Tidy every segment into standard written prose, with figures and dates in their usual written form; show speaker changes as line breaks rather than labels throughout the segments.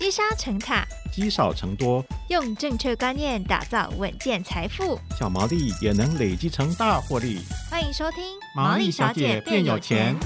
积沙成塔，
积少成多，
用正确观念打造稳健财富，
小毛利也能累积成大获利。
欢迎收听
毛利小姐变有钱。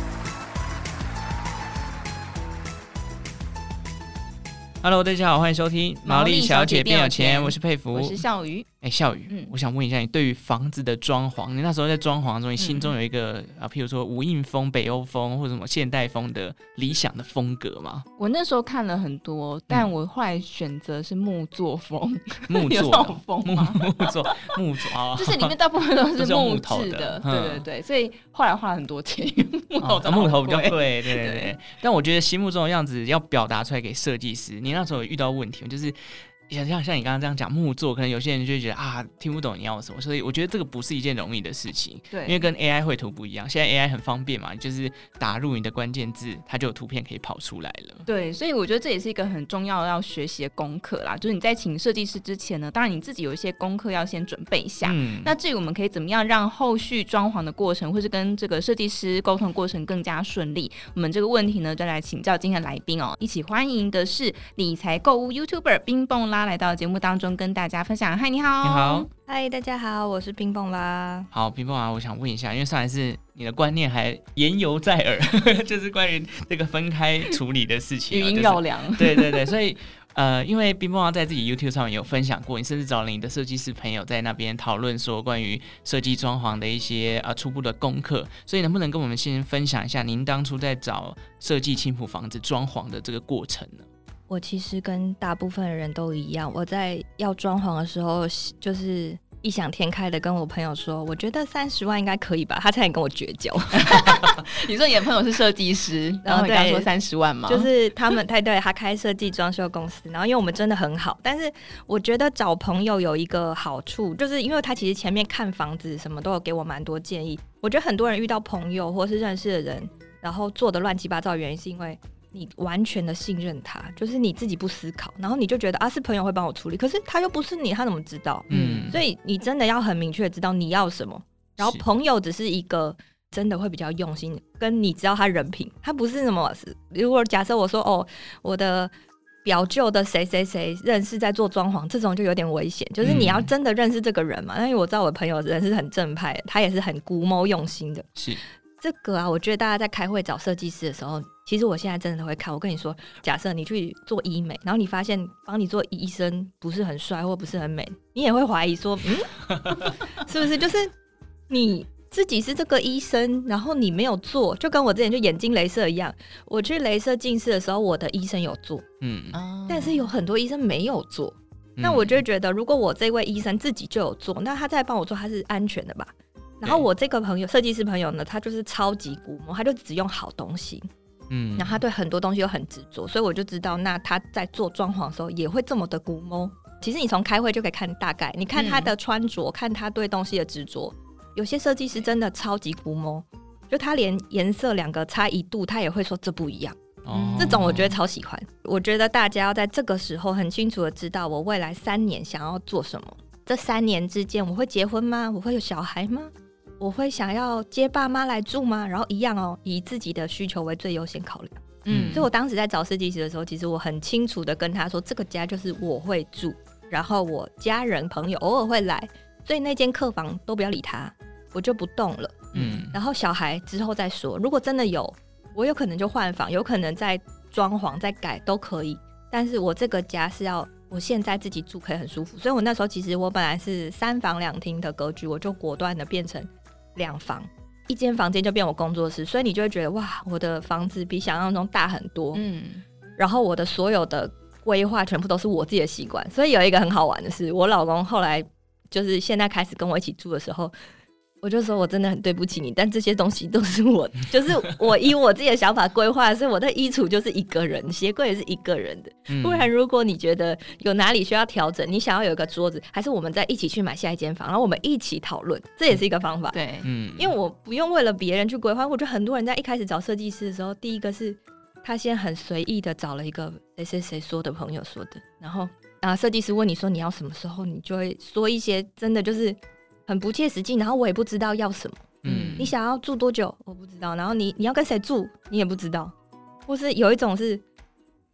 Hello， 大家好，欢迎收听毛利小姐变有钱，我是佩服，
我是笑鱼。
笑宇，我想问一下，你对于房子的装潢，你那时候在装潢中，你心中有一个譬如说无印风、北欧风或者什么现代风的理想的风格吗？
我那时候看了很多，但我后来选择是木作风。
木作
有风吗？
木作啊，
就是里面大部分都是木质
的，
对对对，所以后来花了很多钱，木
头比较贵，对对对。但我觉得心目中的样子要表达出来给设计师，你那时候有遇到问题吗？就是像你刚刚这样讲木作，可能有些人就会觉得听不懂你要什么，所以我觉得这个不是一件容易的事情。对，因为跟 AI 绘图不一样，现在 AI 很方便嘛，就是打入你的关键字，它就有图片可以跑出来了。
对，所以我觉得这也是一个很重要要学习的功课啦。就是你在请设计师之前呢，当然你自己有一些功课要先准备一下。那至于我们可以怎么样让后续装潢的过程，或是跟这个设计师沟通的过程更加顺利，我们这个问题呢，就来请教今天的来宾哦。一起欢迎的是理财购物 YouTuber 冰蹦拉来到节目当中跟大家分享。嗨，你好。
你好。
嗨，大家好，我是冰蹦啦。
好，冰蹦啊，我想问一下，因为上一次你的观念还言犹在耳，就是关于这个分开处理的事情，
语音绕梁。
对对对，所以因为冰蹦啊在自己 YouTube 上面有分享过，你甚至找了你的设计师朋友在那边讨论说关于设计装潢的一些初步的功课，所以能不能跟我们先分享一下您当初在找设计青埔房子装潢的这个过程呢？
我其实跟大部分的人都一样，我在要装潢的时候就是异想天开的跟我朋友说，我觉得30万应该可以吧，他差点跟我绝交。
你说你的朋友是设计师，然后你刚说30万吗？
就是他们对，他开设计装修公司，然后因为我们真的很好，但是我觉得找朋友有一个好处，就是因为他其实前面看房子什么都有给我蛮多建议。我觉得很多人遇到朋友或是认识的人，然后做的乱七八糟的原因是因为你完全的信任他，就是你自己不思考，然后你就觉得是朋友会帮我处理，可是他又不是你，他怎么知道？所以你真的要很明确的知道你要什么，然后朋友只是一个真的会比较用心，跟你知道他人品，他不是什么。如果假设我说我的表舅的谁谁谁认识在做装潢，这种就有点危险，就是你要真的认识这个人嘛。因为我知道我的朋友人是很正派的，他也是很估摸用心的。
是
这个我觉得大家在开会找设计师的时候，其实我现在真的会看。我跟你说，假设你去做医美，然后你发现帮你做医生不是很帅或不是很美，你也会怀疑说是不是就是你自己是这个医生，然后你没有做，就跟我之前去眼睛雷射一样，我去雷射近视的时候，我的医生有做，但是有很多医生没有做，那我就觉得如果我这位医生自己就有做，那他再帮我做，他是安全的吧。然后我这个朋友设计师朋友呢，他就是超级估摸，他就只用好东西，然后他对很多东西又很执着，所以我就知道那他在做装潢的时候也会这么的估摸。其实你从开会就可以看大概，你看他的穿着，看他对东西的执着，有些设计师真的超级估摸，就他连颜色2个差1度他也会说这不一样，这种我觉得超喜欢。我觉得大家要在这个时候很清楚的知道我未来3年想要做什么，这3年之间我会结婚吗？我会有小孩吗？我会想要接爸妈来住吗？然后一样以自己的需求为最优先考量。所以我当时在找设计师的时候，其实我很清楚的跟他说，这个家就是我会住，然后我家人朋友偶尔会来，所以那间客房都不要理他，我就不动了。然后小孩之后再说，如果真的有，我有可能就换房，有可能再装潢再改都可以，但是我这个家是要我现在自己住可以很舒服。所以我那时候其实我本来是3房2厅的格局，我就果断的变成2房，1间房间就变我工作室，所以你就会觉得哇，我的房子比想象中大很多。然后我的所有的规划全部都是我自己的习惯。所以有一个很好玩的是，我老公后来就是现在开始跟我一起住的时候，我就说我真的很对不起你，但这些东西都是我就是我以我自己的想法规划，所以我的衣橱就是一个人，鞋柜也是一个人的。不然如果你觉得有哪里需要调整，你想要有一个桌子，还是我们再一起去买下一间房，然后我们一起讨论，这也是一个方法。
对，
因为我不用为了别人去规划。我觉得很多人在一开始找设计师的时候，第一个是他先很随意的找了一个谁谁谁说的朋友说的，然后设计师问你说你要什么时候，你就会说一些真的就是很不切实际，然后我也不知道要什么。你想要住多久我不知道，然后你要跟谁住你也不知道，或是有一种是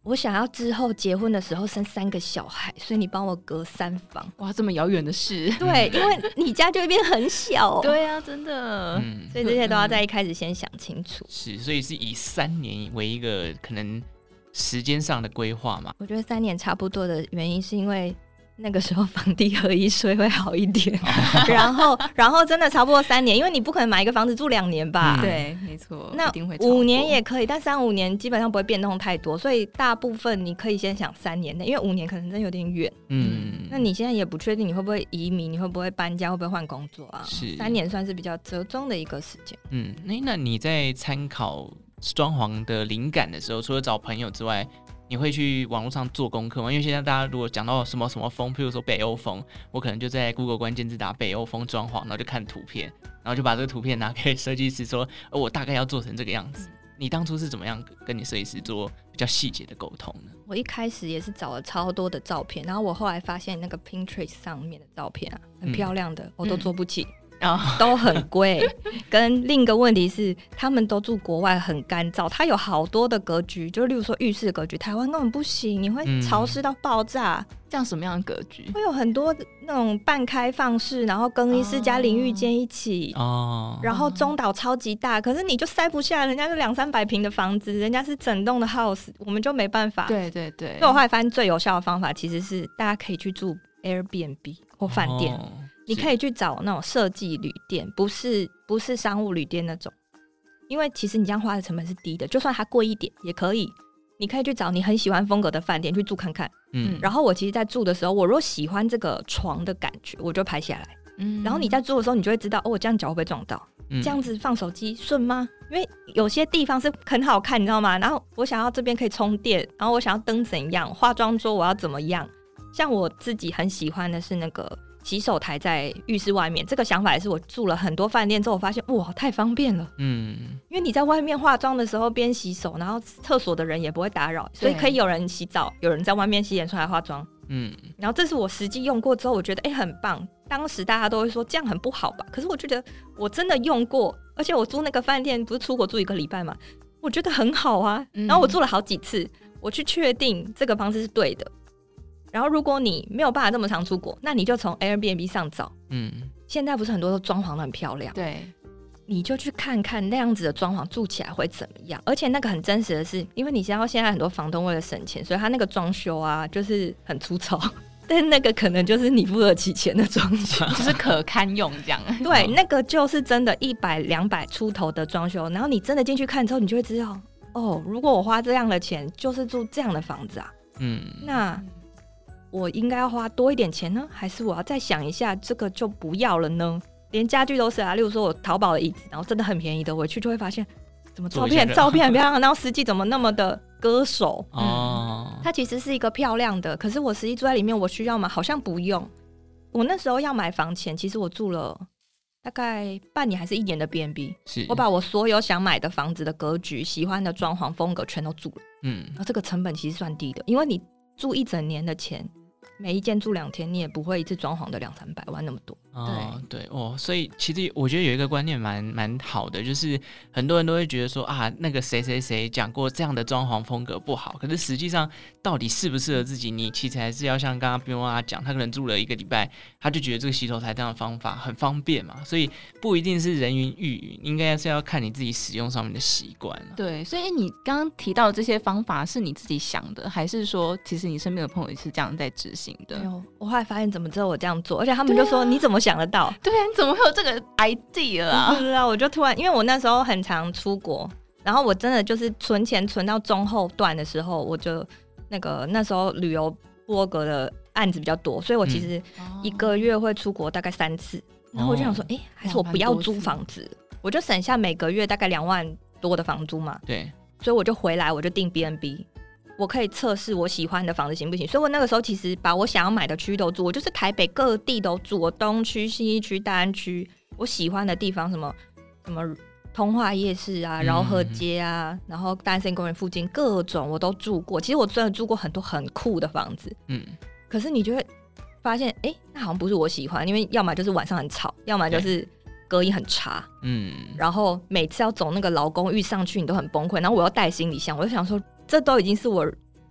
我想要之后结婚的时候生3个小孩，所以你帮我隔3房。
哇，这么遥远的事。
对，因为你家就会变很小。
对啊，真的。
所以这些都要在一开始先想清楚。
是，所以是以3年为一个可能时间上的规划嘛？
我觉得3年差不多的原因是因为那个时候房地合一税会好一点，然后真的差不多3年，因为你不可能买一个房子住2年吧？
对，没错。
那5年也可以，但3-5年基本上不会变动太多，所以大部分你可以先想3年内，因为5年可能真的有点远。那你现在也不确定你会不会移民，你会不会搬家，会不会换工作啊？是3年算是比较折中的一个时间。
那你在参考装潢的灵感的时候，除了找朋友之外，你会去网络上做功课吗？因为现在大家如果讲到什么什么风，譬如说北欧风，我可能就在 Google 关键字打北欧风装潢，然后就看图片，然后就把这个图片拿给设计师说，我大概要做成这个样子。你当初是怎么样跟你设计师做比较细节的沟通呢？
我一开始也是找了超多的照片，然后我后来发现那个 Pinterest 上面的照片啊，很漂亮的，我都做不起。都很贵，跟另一个问题是他们都住国外，很干燥，它有好多的格局，就例如说浴室的格局，台湾根本不行，你会潮湿到爆炸。
这样什么样的格局？
会有很多那种半开放式，然后更衣室加淋浴间一起，然后中岛超级大，可是你就塞不下，人家就200-300平的房子，人家是整栋的 house， 我们就没办法。
对对对，
所以我后来发现最有效的方法其实是大家可以去住 Airbnb 或饭店。你可以去找那种设计旅店，不是商务旅店那种，因为其实你这样花的成本是低的，就算它贵一点也可以。你可以去找你很喜欢风格的饭店去住看看。然后我其实在住的时候，我如果喜欢这个床的感觉，我就拍下来。然后你在住的时候，你就会知道，我这样脚会不会撞到？这样子放手机顺吗？因为有些地方是很好看，你知道吗？然后我想要这边可以充电，然后我想要灯怎样，化妆桌我要怎么样？像我自己很喜欢的是那个洗手台在浴室外面，这个想法也是我住了很多饭店之后我发现哇太方便了。因为你在外面化妆的时候边洗手，然后厕所的人也不会打扰，所以可以有人洗澡，有人在外面洗脸出来化妆。然后这是我实际用过之后我觉得很棒。当时大家都会说这样很不好吧，可是我觉得我真的用过，而且我住那个饭店不是出国住1个礼拜嘛，我觉得很好啊。然后我住了好几次，我去确定这个方式是对的。然后如果你没有办法这么常出国，那你就从 Airbnb 上找。现在不是很多都装潢得很漂亮，
对，
你就去看看那样子的装潢住起来会怎么样。而且那个很真实的是，因为你知道现在很多房东为了省钱，所以他那个装修啊就是很粗糙，但那个可能就是你付得起钱的装修，
就是可堪用这样。
对，那个就是真的100-200出头的装修，然后你真的进去看之后，你就会知道，如果我花这样的钱就是住这样的房子啊，那我应该要花多一点钱呢，还是我要再想一下这个就不要了呢？连家具都是啊，例如说我淘宝的椅子，然后真的很便宜的，我去就会发现怎么照片很漂亮，然后实际怎么那么的割手。它其实是一个漂亮的，可是我实际住在里面，我需要吗？好像不用。我那时候要买房前，其实我住了大概半年还是1年的 B&B， 我把我所有想买的房子的格局、喜欢的装潢风格全都住了。然后这个成本其实算低的，因为你住1整年的钱，每一间住2天，你也不会一次装潢的200-300万那么多。
对所以其实我觉得有一个观念蛮好的，就是很多人都会觉得说那个谁谁谁讲过这样的装潢风格不好，可是实际上到底适不适合自己，你其实还是要像刚刚不用他讲，他可能住了1个礼拜，他就觉得这个洗手台这样的方法很方便嘛，所以不一定是人云亦云，应该是要看你自己使用上面的习惯。
对，所以你刚刚提到的这些方法是你自己想的，还是说其实你身边的朋友也是这样在执行的？
我后来发现怎么只有我这样做，而且他们就说你怎么想得到？
对啊，你怎么会有这个 idea 啊？
不知道，我就突然，因为我那时候很常出国，然后我真的就是存钱存到中后段的时候，我就那时候旅游部落格的案子比较多，所以我其实1个月会出国大概3次，然后我就想说还是我不要租房子，我就省下每个月大概2万多的房租嘛。
对，
所以我就回来，我就订 B&B， 我可以测试我喜欢的房子行不行。所以我那个时候其实把我想要买的区都住，我就是台北各地都住，我东区、信义区、大安区，我喜欢的地方什么通化夜市啊、饶河街啊，然后大安森林公园附近各种我都住过。其实我真的住过很多很酷的房子，可是你就会发现那好像不是我喜欢，因为要么就是晚上很吵，要么就是隔音很差，然后每次要走那个劳公寓上去你都很崩溃，然后我要带行李箱，我就想说这都已经是我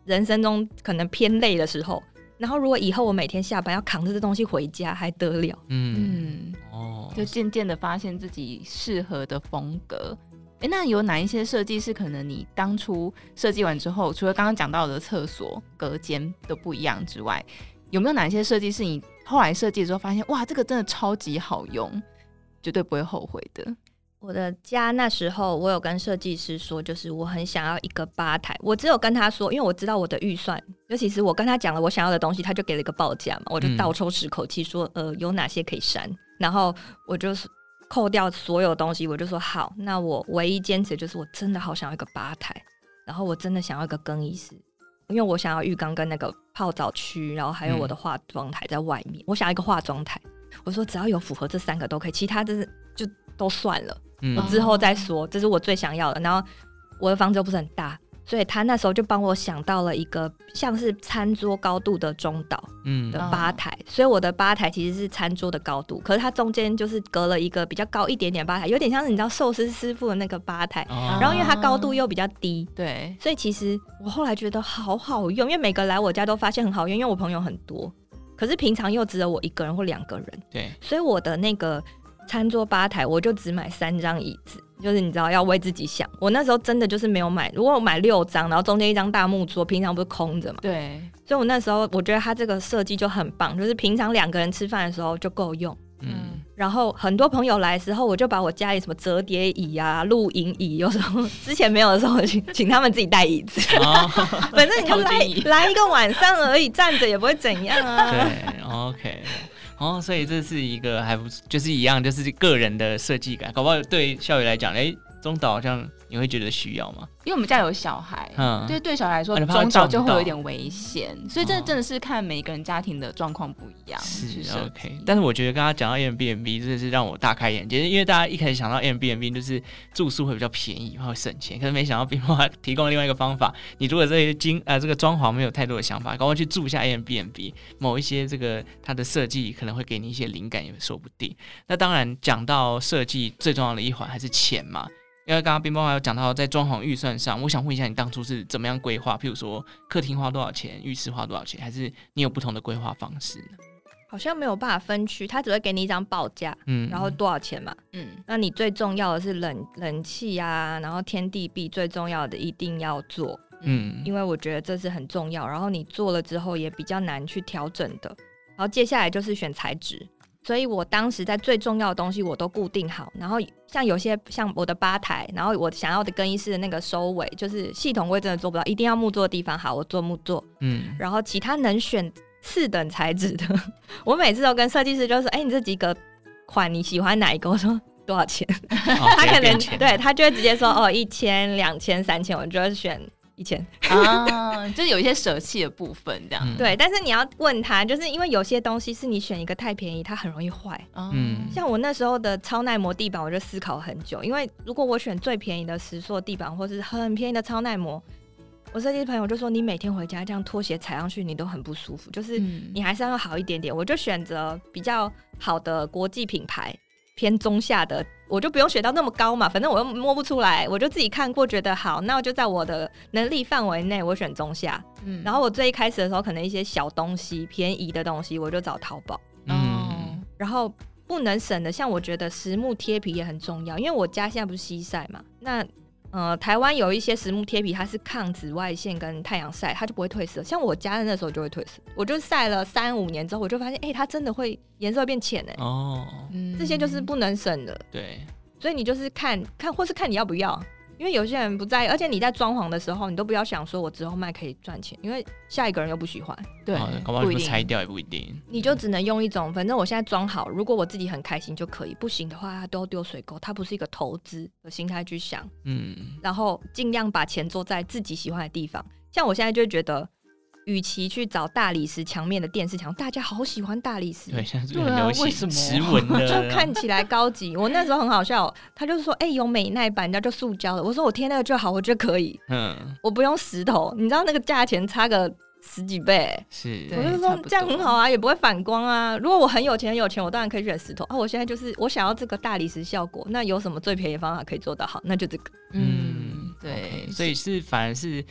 人生中可能偏累的时候，然后如果以后我每天下班要扛着这东西回家还得了。
就渐渐的发现自己适合的风格。那有哪一些设计是可能你当初设计完之后，除了刚刚讲到的厕所隔间都不一样之外，有没有哪一些设计是你后来设计之后发现哇这个真的超级好用，绝对不会后悔的？
我的家那时候我有跟设计师说，就是我很想要一个吧台，我只有跟他说，因为我知道我的预算，尤其是我跟他讲了我想要的东西，他就给了一个报价嘛，我就倒抽10口气说有哪些可以删，然后我就扣掉所有东西，我就说好，那我唯一坚持就是我真的好想要一个吧台，然后我真的想要一个更衣室，因为我想要浴缸跟那个泡澡区，然后还有我的化妆台在外面，我想要一个化妆台，我说只要有符合这3个都可以，其他就都算了，我之后再说，这是我最想要的。然后我的房子又不是很大，所以他那时候就帮我想到了一个像是餐桌高度的中岛的吧台，所以我的吧台其实是餐桌的高度，可是它中间就是隔了一个比较高一点点的吧台，有点像是你知道寿司师傅的那个吧台，然后因为它高度又比较低，
对，
所以其实我后来觉得好好用，因为每个来我家都发现很好用，因为我朋友很多，可是平常又只有我1个人或2个人，
对，
所以我的那个餐桌吧台我就只买3张椅子，就是你知道要为自己想，我那时候真的就是没有买，如果我买6张，然后中间1张大木桌，平常不是空着嘛，
对，
所以我那时候我觉得它这个设计就很棒，就是平常2个人吃饭的时候就够用。然后很多朋友来的时候，我就把我家里什么折叠椅啊、露营椅，有时候之前没有的时候，请他们自己带椅子，反正你就来一个晚上而已，站着也不会怎样啊。
对 ，OK。所以这是一个还不就是一样，就是个人的设计感，搞不好对校园来讲，中岛好像你会觉得需要吗？因
为我们家有小孩，对小孩来说，中岛就会有点危险，所以这真的是看每一个人家庭的状况不一样。
是 OK， 但是我觉得刚刚讲到 Airbnb 真的是让我大开眼界，因为大家一开始想到 Airbnb 就是住宿会比较便宜，会省钱，可是没想到冰妈提供了另外一个方法，你如果这个装潢没有太多的想法，搞不好去住一下 Airbnb， 某一些这个它的设计可能会给你一些灵感，也说不定。那当然讲到设计最重要的一环还是钱嘛。因为刚刚冰棒有讲到在装潢预算上，我想问一下你当初是怎么样规划？譬如说客厅花多少钱，浴室花多少钱，还是你有不同的规划方式呢？
好像没有办法分区，他只会给你一张报价，然后多少钱嘛，那你最重要的是冷气啊，然后天地壁最重要的一定要做，因为我觉得这是很重要，然后你做了之后也比较难去调整的，然后接下来就是选材质。所以我当时在最重要的东西我都固定好，然后像有些像我的吧台，然后我想要的更衣室的那个收尾，就是系统我也真的做不到，一定要木做的地方好，我做木做，然后其他能选次等材质的，我每次都跟设计师就说，你这几个款你喜欢哪一个？我说多少钱？他可能对他就会直接说1000、2000、3000，我就会选1000
就是有一些舍弃的部分这样。
对，但是你要问他，就是因为有些东西是你选一个太便宜它很容易坏，像我那时候的超耐磨地板我就思考很久，因为如果我选最便宜的石塑地板或是很便宜的超耐磨，我设计师朋友就说你每天回家这样拖鞋踩上去你都很不舒服，就是你还是要好一点点，我就选择比较好的国际品牌偏中下的，我就不用选到那么高嘛，反正我又摸不出来，我就自己看过觉得好，那我就在我的能力范围内我选中下，然后我最一开始的时候可能一些小东西便宜的东西我就找淘宝，然后不能省的像我觉得实木贴皮也很重要，因为我家现在不是西晒嘛，那台湾有一些实木贴皮它是抗紫外线跟太阳晒它就不会褪色，像我家的那时候就会褪色，我就晒了3-5年之后我就发现它真的会颜色会变浅这些就是不能省的。
对，
所以你就是看或是看你要不要，因为有些人不在意，而且你在装潢的时候你都不要想说我之后卖可以赚钱，因为下一个人又不喜欢，
对，搞不好你拆掉也不一定，
你就只能用一种反正我现在装好，如果我自己很开心就可以，不行的话都丢水沟，它不是一个投资的心态去想，然后尽量把钱做在自己喜欢的地方。像我现在就觉得与其去找大理石墙面的电视墙，大家好喜欢大理石，
对，现在是很流行石纹的，
就看起来高级。我那时候很好笑，他就说有美耐板，人家就塑胶的，我说我贴那个就好，我觉得可以，我不用石头，你知道那个价钱差个10几倍，
是，
我就说这样很好啊，也不会反光啊。如果我很有钱，我当然可以选石头我现在就是我想要这个大理石效果，那有什么最便宜的方法可以做到好，那就这个。
对，
okay， 所以是反而是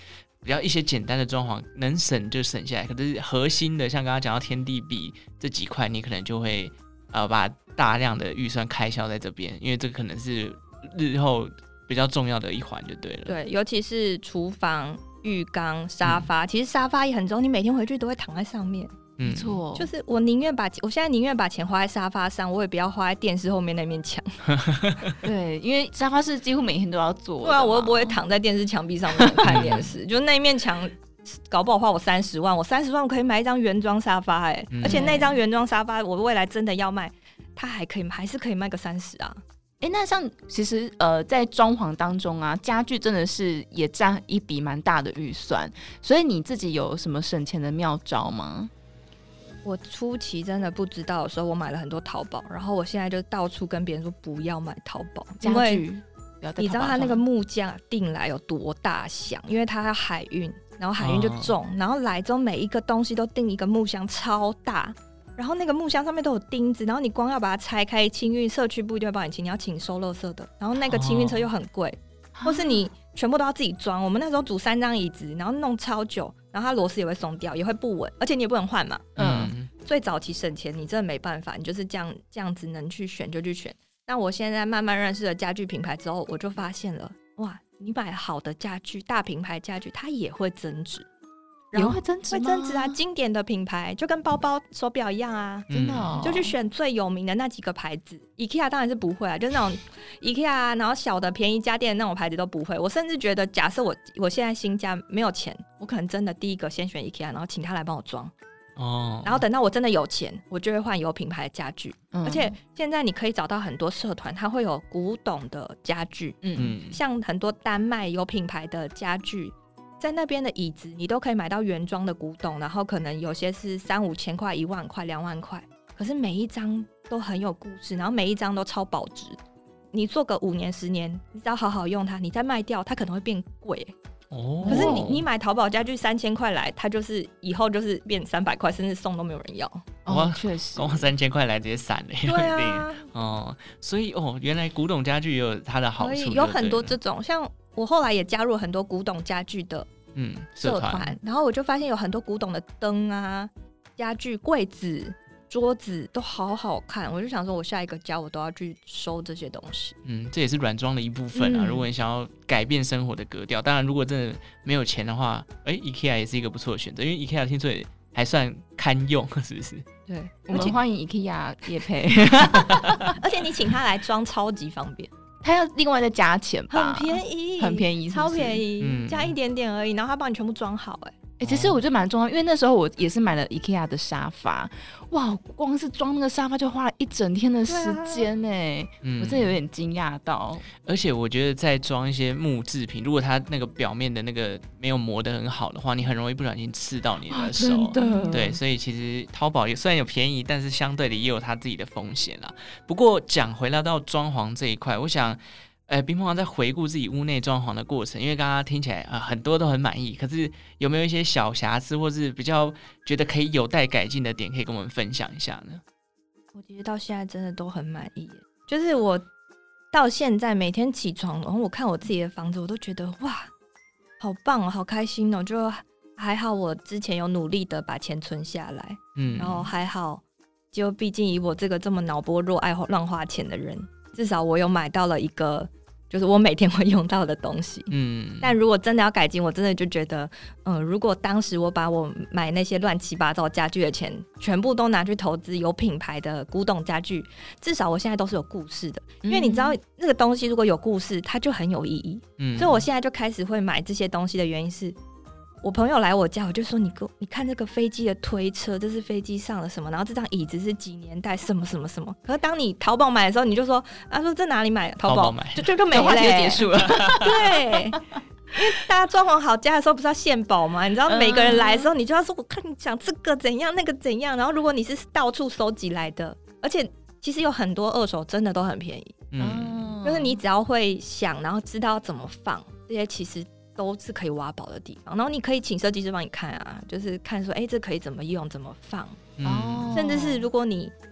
比较一些简单的装潢能省就省下来，可是核心的像刚刚讲到天地壁这几块，你可能就会把大量的预算开销在这边，因为这可能是日后比较重要的一环就对了。
对，尤其是厨房、浴缸、沙发，其实沙发也很重要，你每天回去都会躺在上面。
没错，
就是我现在宁愿把钱花在沙发上，我也不要花在电视后面那面墙。
对，因为沙发是几乎每天都要做。
对啊，我又不会躺在电视墙壁上面看电视，就那一面墙搞不好花我30万，我30万我可以买一张原装沙发而且那张原装沙发我未来真的要卖，它还是可以卖个30啊。
那像其实在装潢当中啊，家具真的是也占一笔蛮大的预算，所以你自己有什么省钱的妙招吗？
我初期真的不知道的时候，我买了很多淘宝，然后我现在就到处跟别人说不要买淘宝
家具，
你知道它那个木架订来有多大箱，因为它要海运，然后海运就重，然后来之后每一个东西都订一个木箱超大，然后那个木箱上面都有钉子，然后你光要把它拆开，清运社区不一定会帮你清，你要请收垃圾的，然后那个清运车又很贵，或是你全部都要自己装。我们那时候组3张椅子，然后弄超久，然后它螺丝也会松掉，也会不稳，而且你也不能换嘛。最早期省钱你真的没办法，你就是这样子能去选就去选。那我现在慢慢认识了家具品牌之后，我就发现了，哇，你买好的家具，大品牌家具它也会增值。
也会增值吗？
会增值啊！经典的品牌就跟包包、手表一样啊，
真的
就去选最有名的那几个牌子。IKEA 当然是不会啊，就是那种 IKEA 然后小的便宜家电的那种牌子都不会。我甚至觉得，假设我现在新家没有钱，我可能真的第一个先选 IKEA， 然后请他来帮我装。然后等到我真的有钱，我就会换有品牌的家具。而且现在你可以找到很多社团，它会有古董的家具，像很多丹麦有品牌的家具。在那边的椅子你都可以买到原装的古董，然后可能有些是3-5千块、1万块、2万块，可是每一张都很有故事，然后每一张都超保值。你做个5年10年，你只要好好用它，你再卖掉它可能会变贵。可是你买淘宝家具3000块来，它就是以后就是变300块，甚至送都没有人要。
确实，
光3000块来直接散了。
对啊，
所以原来古董家具也有它的好处，
有很多这种，像我后来也加入了很多古董家具的社团，然后我就发现有很多古董的灯啊、家具、柜子、桌子都好好看，我就想说我下一个家我都要去收这些东西。
这也是软装的一部分啊。如果你想要改变生活的格调，当然如果真的没有钱的话，IKEA 也是一个不错的选择，因为 IKEA 听说也还算堪用，是不是？
对，
我们欢迎 IKEA 业配。
而且你请他来装超级方便。
他要另外再加钱吧？
很便宜，
很便宜，
超便宜，加一点点而已，然后他帮你全部装好。
其实我觉得蛮重要，因为那时候我也是买了 IKEA 的沙发，哇，光是装那个沙发就花了1整天的时间我真的有点惊讶到。
而且我觉得在装一些木制品，如果它那个表面的那个没有磨得很好的话，你很容易不小心刺到你的手。
真的，
对，所以其实淘宝也虽然有便宜，但是相对的也有它自己的风险啦。不过讲回来到装潢这一块，我想冰碰王在回顾自己屋内装潢的过程，因为刚刚听起来很多都很满意，可是有没有一些小瑕疵或是比较觉得可以有待改进的点可以跟我们分享一下呢？
我其实到现在真的都很满意，就是我到现在每天起床，然后我看我自己的房子，我都觉得哇好棒哦，好开心哦，就还好我之前有努力的把钱存下来，然后还好就毕竟以我这个这么脑波弱爱乱花钱的人，至少我有买到了一个就是我每天会用到的东西。但如果真的要改进，我真的就觉得如果当时我把我买那些乱七八糟家具的钱全部都拿去投资有品牌的古董家具，至少我现在都是有故事的，因为你知道那个东西如果有故事它就很有意义。所以我现在就开始会买这些东西的原因是，我朋友来我家，我就说你看这个飞机的推车，这是飞机上的什么，然后这张椅子是几年代什么什么什么。可是当你淘宝买的时候，你就说说在哪里买？淘宝买，就没了，
话题就结束了。
对，因为大家装潢好家的时候不是要献宝吗？你知道每个人来的时候，你就要说我看你讲这个怎样那个怎样。然后如果你是到处收集来的，而且其实有很多二手真的都很便宜。就是你只要会想，然后知道怎么放，这些其实都是可以挖宝的地方。然后你可以请设计师帮你看啊，就是看说这可以怎么用怎么放。甚至是如果你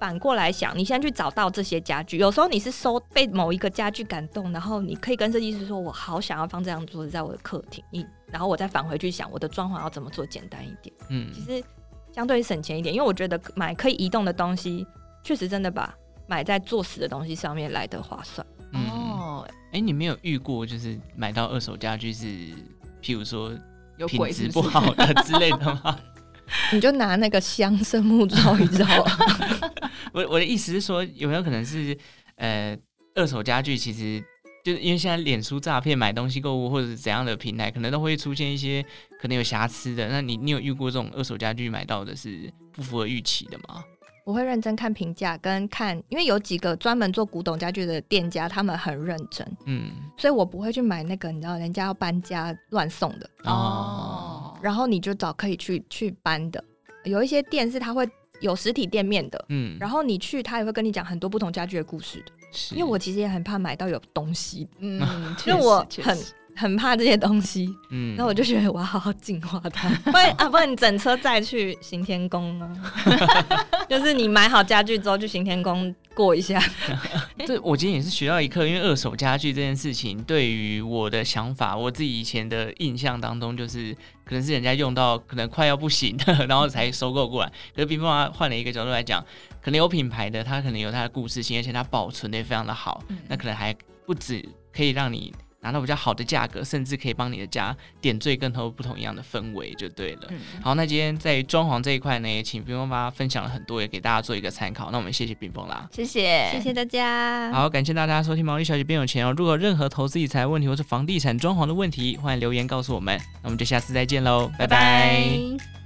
反过来想，你先去找到这些家具，有时候你是被某一个家具感动，然后你可以跟设计师说我好想要放这张桌子在我的客厅，然后我再返回去想我的装潢要怎么做简单一点。其实相对省钱一点，因为我觉得买可以移动的东西确实真的把买在做死的东西上面来得划算。
你没有遇过就是买到二手家具是譬如说
有
品质不好的之类的吗？
你就拿那个香圣木照一照。
我的意思是说，有没有可能是二手家具其实就是因为现在脸书诈骗买东西购物或者是怎样的平台，可能都会出现一些可能有瑕疵的。那你有遇过这种二手家具买到的是不符合预期的吗？
我会认真看评价跟看，因为有几个专门做古董家具的店家，他们很认真，所以我不会去买那个你知道人家要搬家乱送的然后你就找可以去搬的。有一些店是他会有实体店面的，然后你去他也会跟你讲很多不同家具的故事的。因为我其实也很怕买到有东西，因为我很怕这些东西，然后我就觉得我要好好净化它，不然你整车再去行天宫就是你买好家具之后去行天宫过一下。
这我今天也是学到一课，因为二手家具这件事情对于我的想法，我自己以前的印象当中就是可能是人家用到可能快要不行的然后才收购过来。可是冰棒换了一个角度来讲，可能有品牌的它可能有它的故事性，而且它保存的也非常的好，那可能还不止可以让你拿到比较好的价格，甚至可以帮你的家点缀更多不同一样的氛围就对了。好，那今天在装潢这一块呢，也请冰风爸分享了很多，也给大家做一个参考。那我们谢谢冰风啦，
谢谢
大家。
好，感谢大家收听毛利小姐变有钱哦。如果有任何投资理财问题或是房地产装潢的问题，欢迎留言告诉我们。那我们就下次再见喽，拜拜。